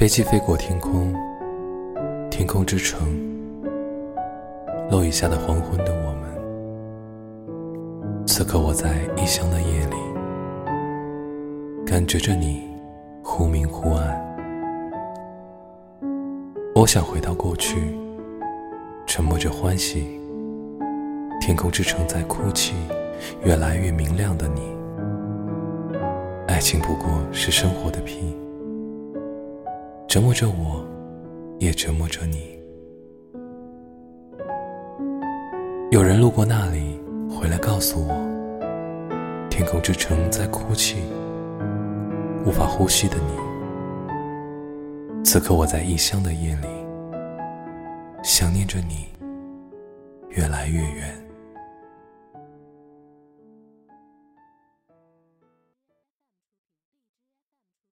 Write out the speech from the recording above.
飞机飞过天空，天空之城，落雨下的黄昏的我们。此刻我在异乡的夜里，感觉着你忽明忽暗。我想回到过去，沉默着欢喜，天空之城在哭泣，越来越明亮的你。爱情不过是生活的皮，折磨着我，也折磨着你。有人路过那里，回来告诉我，天空之城在哭泣，无法呼吸的你。此刻我在异乡的夜里，想念着你，越来越远。